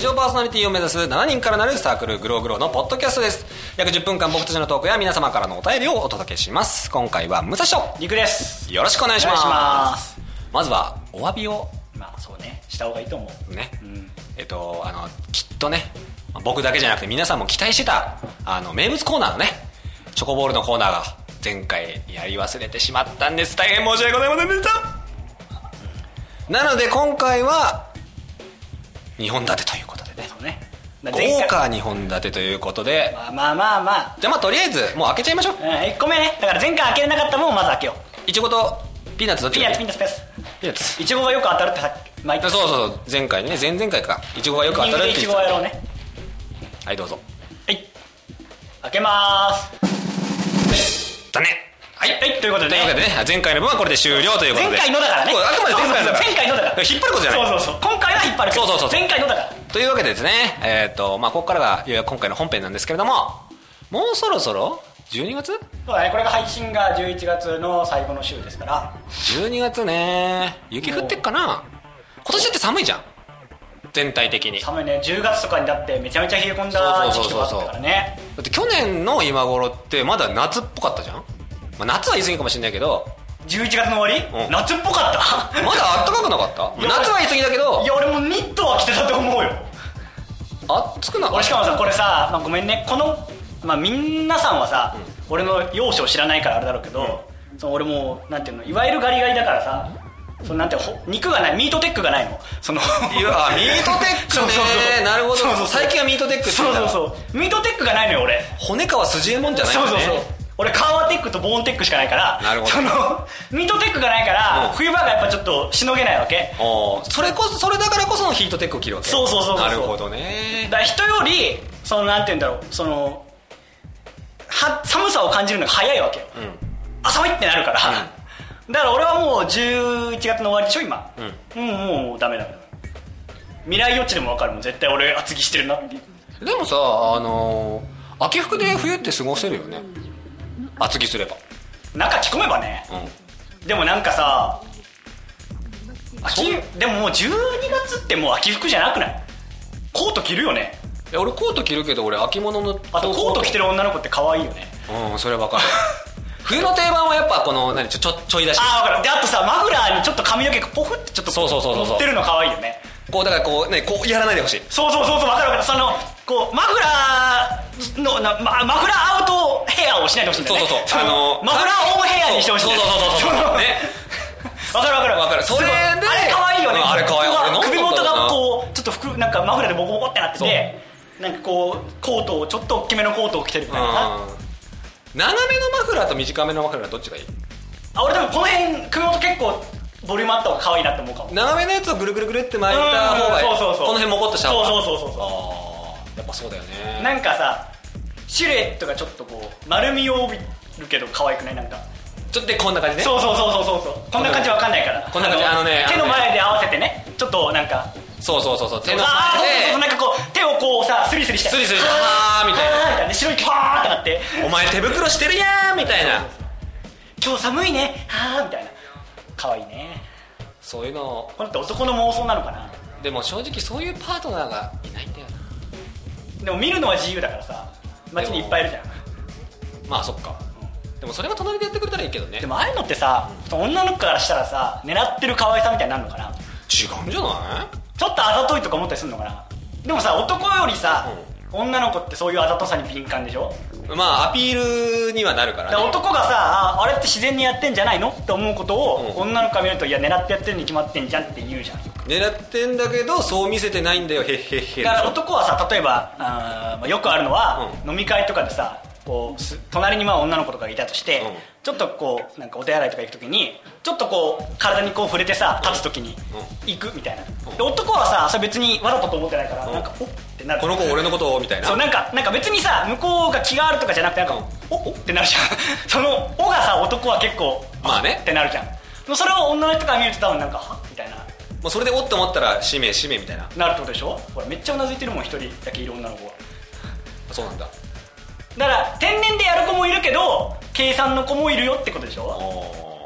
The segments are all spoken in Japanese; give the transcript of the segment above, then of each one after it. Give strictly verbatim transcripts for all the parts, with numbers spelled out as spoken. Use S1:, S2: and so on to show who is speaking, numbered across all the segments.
S1: ジオパーソナリティを目指すしちにんからなるサークルグローグローのポッドキャストです。約じゅっぷんかん僕たちのトークや皆様からのお便りをお届けします。今回は武蔵と
S2: リクです。
S1: よろしくお願いします。
S2: お願いします。
S1: まずはお詫びを
S2: まあそうねした方がいいと思う
S1: ね、
S2: うん、
S1: えっとあのきっとね僕だけじゃなくて皆さんも期待してたあの名物コーナーのねチョコボールのコーナーが前回やり忘れてしまったんです。大変申し訳ございませんでした。なので今回はにほん立てということでね、
S2: そうね
S1: 豪華にほん立てということで、
S2: まあまあまあまあ
S1: じゃあまあとりあえずもう開けちゃいましょう、
S2: うん、いっこめね。だから前回開けれなかったもんをまず開けよう。
S1: いちごとピーナッツどっちがいい？
S2: ピーナッツピーナッツ
S1: ピーナッツ
S2: いちごがよく当たるってさっき前言った。
S1: そうそうそう前回ね前々回かいちごがよく当たるって
S2: いちごやろうね。
S1: はいどうぞ。
S2: はい開けまーす。
S1: だね
S2: はい、はい、ということでね
S1: というわけでね前回の分はこれで終了ということで
S2: 前回のだからね。
S1: あくまで前回のだから
S2: 前回のだから
S1: 引っ張ることじゃない。
S2: そうそうそう今回は引っ張るけど
S1: そうそうそう
S2: 前回のだから
S1: というわけでですねえっとまあここからがいよいよ今回の本編なんですけれども、もうそろそろじゅうにがつ
S2: そうだね。これが配信がじゅういちがつの最後の週ですから
S1: じゅうにがつね雪降ってっかな。今年だって寒いじゃん全体的に。
S2: 寒いね。じゅうがつとかにだってめちゃめちゃ冷え込んだ時期とかあったからね。
S1: だって去年の今頃ってまだ夏っぽかったじゃん、まあ、夏は言い過ぎかもしれないけど
S2: じゅういちがつの終わり、うん、夏っぽかった
S1: まだあったかくなかった。夏は言い過ぎだけど
S2: いや俺もニットは着てたと思うよ。
S1: 暑くなかった。
S2: 俺しかもさこれさ、まあ、ごめんねこの、まあ、皆さんはさ、うん、俺の容姿を知らないからあれだろうけど、うん、その俺もなんていうのいわゆるガリガリだからさそのなんて肉がないミートテックがないのその
S1: いやミートテックねそうそうそうなるほど。そうそうそう最近はミートテックって言うんだ。
S2: そうそうそうミートテックがないのよ俺。
S1: 骨川筋右衛門じゃないからね。
S2: そうそうそう俺カーワテックとボーンテックしかないから。
S1: なるほど。
S2: そのミートテックがないから、うん、冬場がやっぱちょっとしのげないわけ。
S1: おそれこそそれだからこそのヒートテックを着るわけ。
S2: そうそうそうそう。
S1: なるほどね。
S2: だから人よりそのなんて言うんだろうそのは寒さを感じるのが早いわけよ、うん、あ寒いってなるから、うん、だから俺はもうじゅういちがつの終わりでしょ今、うん、もうもうダメだから未来予知でも分かるもん絶対俺厚着してるなって。
S1: でもさあのー、秋服で冬って過ごせるよね厚着すれば
S2: 中着込めばね、うん、でもなんかさ秋でももうじゅうにがつってもう秋服じゃなくない？コート着るよね。
S1: いや俺コート着るけど俺秋物の
S2: あとコート着てる女の子って可愛いよね。
S1: うんそれは分かる冬の定番はやっぱこの何ちょちょちょい出し
S2: ああ分かる。であとさマフラーにちょっと髪の毛がポフってちょっと
S1: そうそうそうそう
S2: 乗ってるの可愛いよね。
S1: こうだからこうねこうやらないでほしい。
S2: そうそうそうそう分かる分かる。そのこうマフラーのな、ま、マフラーアウトヘアをしないでほしいんだよね。そうそうそうあの
S1: マ
S2: フラーオンヘアにしてほしい。
S1: そうそうそうそうそうね
S2: 分かる分かる分かる。
S1: それであ
S2: れ可愛いよね。
S1: あれ可愛い。
S2: 首元がこうちょっと服なんかマフラーでボコボコってなっててなんかこうコートをちょっと大きめのコートを着てるみたいな。
S1: 長めのマフラーと短めのマフラーどっちがいい？
S2: あ俺多分この辺首元結構ボリュームあった方が可愛いなって思うかも。
S1: 長めのやつをぐるぐるぐるって巻いた方がいい。
S2: そうそうそう
S1: この辺もこっとした方が。
S2: そうそうそうそう
S1: ああやっぱそうだよね。
S2: なんかさシルエットがちょっとこう丸みを帯びるけど可愛くない？なんか
S1: ちょっとこんな感じね。
S2: そうそうそうそうそうこんな感じわかんないから
S1: こんな感じあのね
S2: 手の前で合わせてねちょっとなんか
S1: そうそうそうそう手の
S2: 前でなんかこう手をこうさスリスリして
S1: スリスリしてはーみたいな
S2: みたいな白いパーってなって
S1: お前手袋してるやーみたいな
S2: 今日寒いねはーみたいな可愛いね。
S1: そういうの
S2: これって男の妄想なのかな。
S1: でも正直そういうパートナーがいないんだよな。
S2: でも見るのは自由だからさ街にいっぱいいるじゃん。
S1: まあそっか、うん、でもそれが隣でやってくれたらいいけどね。
S2: でもああいうのってさ、うん、女の子からしたらさ狙ってる可愛さみたいになるのかな。
S1: 違うんじゃない？
S2: ちょっとあざといとか思ったりするのかな。でもさ男よりさ、うん、女の子ってそういうあざとさに敏感でしょ。
S1: まあアピールにはなるからね。
S2: だから男がさ あ, あれって自然にやってんじゃないのって思うことを、うん、女の子が見るといや狙ってやってるに決まってんじゃんって言うじゃん。
S1: 狙ってんだけどそう見せてないんだよへっへっへ。
S2: だから男はさ例えばあ、まあ、よくあるのは、うん、飲み会とかでさこう隣にまあ女の子とかがいたとして、うん、ちょっとこうなんかお手洗いとか行くときにちょっとこう体にこう触れてさ立つときに行くみたいな、うん、で男はさそれ別にわざとと思ってないから、うん、なんかおってなる。
S1: この子俺のことみたいな。
S2: そうなんかなんか別にさ向こうが気があるとかじゃなくてなんか、うん、おおってなるじゃんそのおがさ男は結構
S1: まあね
S2: ってなるじゃん。それを女の人から見ると多分なんかはみたいな。
S1: もうそれでおって思ったら使命使命みたいな
S2: なるってことでしょ。ほらめっちゃうなずいてるもん一人だけいる女の子は。
S1: そうなんだ。
S2: だから天然でやる子もいるけど計算の子もいるよってことでしょ。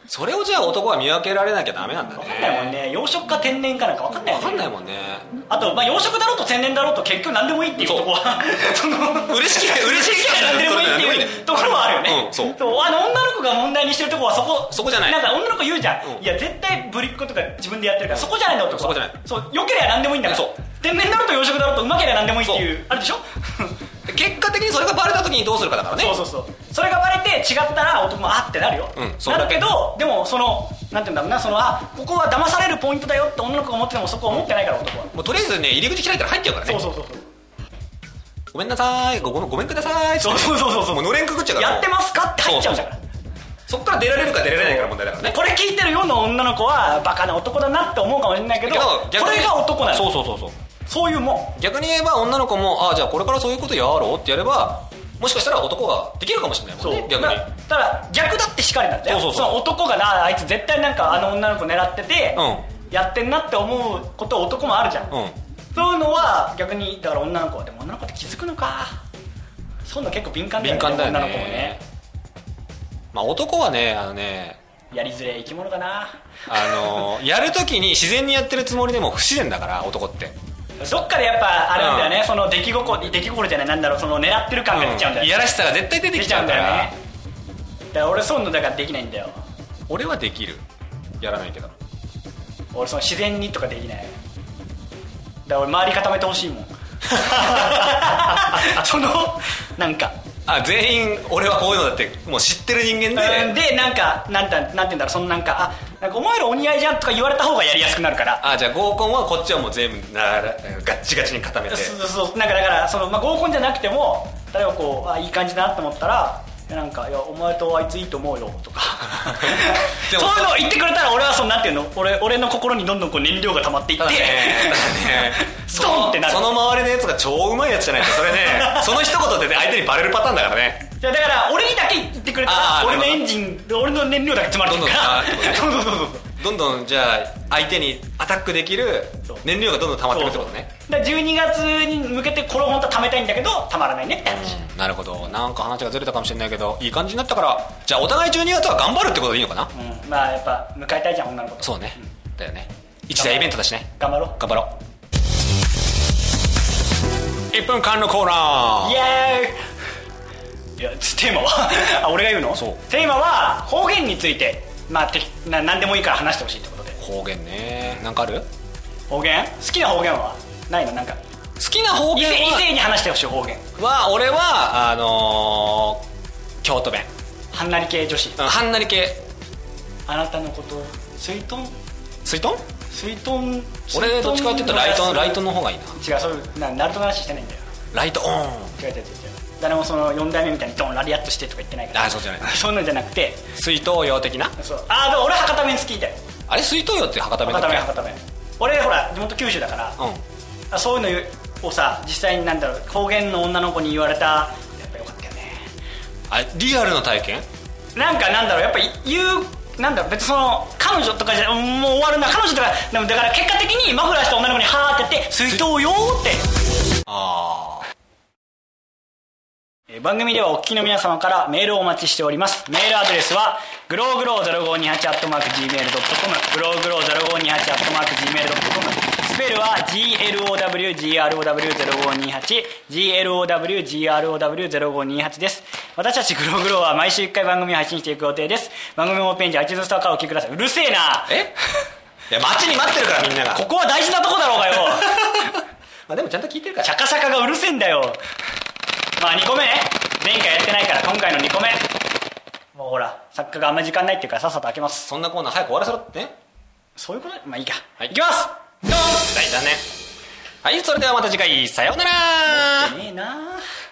S1: それをじゃあ男は見分けられなきゃダメなんだね。
S2: 分かんないもんね。養殖か天然かなんか分かんないもんね。
S1: 分かんないもんね。
S2: あと、まあ、養殖だろうと天然だろうと結局何でもいいっていうとこはその
S1: 嬉しきゃ嬉しきゃ
S2: 何でもいいっていうところはあるよね。
S1: うん、そう
S2: あの女の子が問題にしてるところはそこ
S1: そこじゃない。
S2: なんか女の子言うじゃん、
S1: うん、
S2: いや絶対ぶりっ子とか自分でやってるから、そこじゃないんだ男は。
S1: そこじゃない。
S2: そう良ければ何でもいいんだから。そう天然だろうと養殖だろうとうまければ何でもいいっていうあるでしょ
S1: 結果的にそれがバレた時にどうするかだからね。
S2: そうそうそう。それがバレて違ったら男もあってなるよ、うん、なるけど、でもそのなんていうんだろうな、そのあここは騙されるポイントだよって女の子が思っててもそこは思ってないから男は。
S1: もうとりあえずね入り口開いたら入っちゃうからね。
S2: そうそうそうそう。
S1: ごめんなさい ご, ごめんくださいって。
S2: そうそうそうそう。
S1: もうのれんくぐっちゃうから。や
S2: ってますかって入っちゃうんだから。
S1: そっから出られるか出られないかの問題だからね。
S2: これ聞いてるような女の子はバカな男だなって思うかもしれないけど、これが男なの。
S1: そうそうそうそう。
S2: そういうもん。
S1: 逆に言えば女の子もあじゃあこれからそういうことやろうってやればもしかしたら男ができるかもしれないもんね。逆に
S2: ただ逆だってしかりなんだよ。そうそうそう。その男がなあいつ絶対なんかあの女の子狙ってて、うん、やってんなって思うこと男もあるじゃん、うん、そういうのは逆にだから女の子はでも女の子って気づくのか。そういうの結構敏感だよね。
S1: 敏感だよね。
S2: 女の子もね。
S1: まあ男はねあのね
S2: やりづれえ生き物かな。
S1: あのやるときに自然にやってるつもりでも不自然だから男って
S2: どっかでやっぱあるんだよね、うん、その出来心出来心じゃないなんだろうその狙ってる感が出ちゃうんだよね、うん、
S1: いやらしさが絶対出てきちゃうんだよね。
S2: だから俺そういうのだからできないんだよ。
S1: 俺はできるやらないけど
S2: 俺その自然にとかできない。だから俺周り固めてほしいもんそのなんか
S1: あ全員俺はこういうのだってもう知ってる人間で、
S2: うん、でなんかなんてなんて言うんだろうそのなんかあなんかお前らお似合いじゃんとか言われた方がやりやすくなるから。
S1: あじゃあ合コンはこっちはもう全部なガッチガチに固めて
S2: そうそうそうなんかだからその、まあ、合コンじゃなくても例えばこうあいい感じだなと思ったらなんかいやお前とあいついいと思うよとかそういうのを言ってくれたら俺はそのなんていうの 俺, 俺の心にどんどんこう燃料が溜まっていって、ねね、ストンってなる。
S1: その周りのやつが超うまいやつじゃないとそれねその一言で、ね、相手にバレるパターンだからね。
S2: だから俺にだけ言ってくれたら俺のエンジン俺の燃料だけ詰まるからどんどんどんどん
S1: どんどんじゃあ相手にアタックできる燃料がどんどん溜まってくるってことね。
S2: だからじゅうにがつに向けてこれを本当は溜めたいんだけど溜まらないねって話、
S1: うん、なるほど。なんか話がずれたかもしれないけどいい感じになったからじゃあお互いじゅうにがつは頑張るってことでいいのかな、
S2: うん、まあやっぱ迎えたいじゃん女の子と。
S1: そうね、うん、だよね一大イベントだしね。
S2: 頑張ろう
S1: 頑張ろう。いっぷんかんのコーナーイエーイ。
S2: いやテーマはあ俺が言うの。そうテーマは方言についてまあてな何でもいいから話してほしいってことで。
S1: 方言ねなんかある。
S2: 方言好きな方言はないの。なんか
S1: 好きな方言は
S2: 異性に話してほしい方言
S1: は俺はあのー、京都弁
S2: はんなり系女子、
S1: うん、はんなり系。
S2: あなたのことスイトン
S1: スイトン
S2: スイトン
S1: 俺どっちかって言ったらライトンライトンの方がいいな。
S2: 違うそういうなナルトの話してないんだよ。
S1: ライトオン
S2: 違う違う違う誰もそのよん代目みたいにドンラリアットしてとか言ってないから。
S1: あそうじゃない
S2: そういうのじゃなくて
S1: 水筒用的な。
S2: そうあでも俺博多弁好きだよ。あ
S1: れ水筒用って博多弁だっけ。
S2: 博多弁博多弁俺ほら地元九州だから、うん、そういうのをさ実際になんだろう方言の女の子に言われたやっぱよかったよね。
S1: あリアルの体験
S2: なんかなんだろうやっぱ言うなんだろう別にその彼女とかじゃもう終わるな彼女とかでもだから結果的にマフラーした女の子にハーって言って水筒用ってああ番組ではお聞きの皆様からメールをお待ちしております。メールアドレスはグローグローゼロごにはちアットマーク ジーメールドットコム グローグローゼロごにはちアットマーク ジーメールドットコム スペルは ジーエルオーダブリュージーアールオーダブリューゼロごにはち ジーエルオーダブリュージーアールオーダブリューゼロごにはち です。私たちグローグローは毎週いっかい番組を配信していく予定です。番組ホームページ iTunes ストアからお聞きください。うるせえな
S1: えいや待ちに待ってるからみんなが
S2: ここは大事なとこだろうがよ
S1: まあでもちゃんと聞いてるから
S2: シャカシャカがうるせえんだよ。まあにこめね前回やってないから今回のにこめもうほら作家があんまり時間ないっていうからさっさと開けます。
S1: そんなコーナー早く終わらせろってね。
S2: そういうことまあいいか、はい、いき
S1: ま
S2: す
S1: ドン大胆ね。はいそれではまた次回さようなら。
S2: 持ってねえな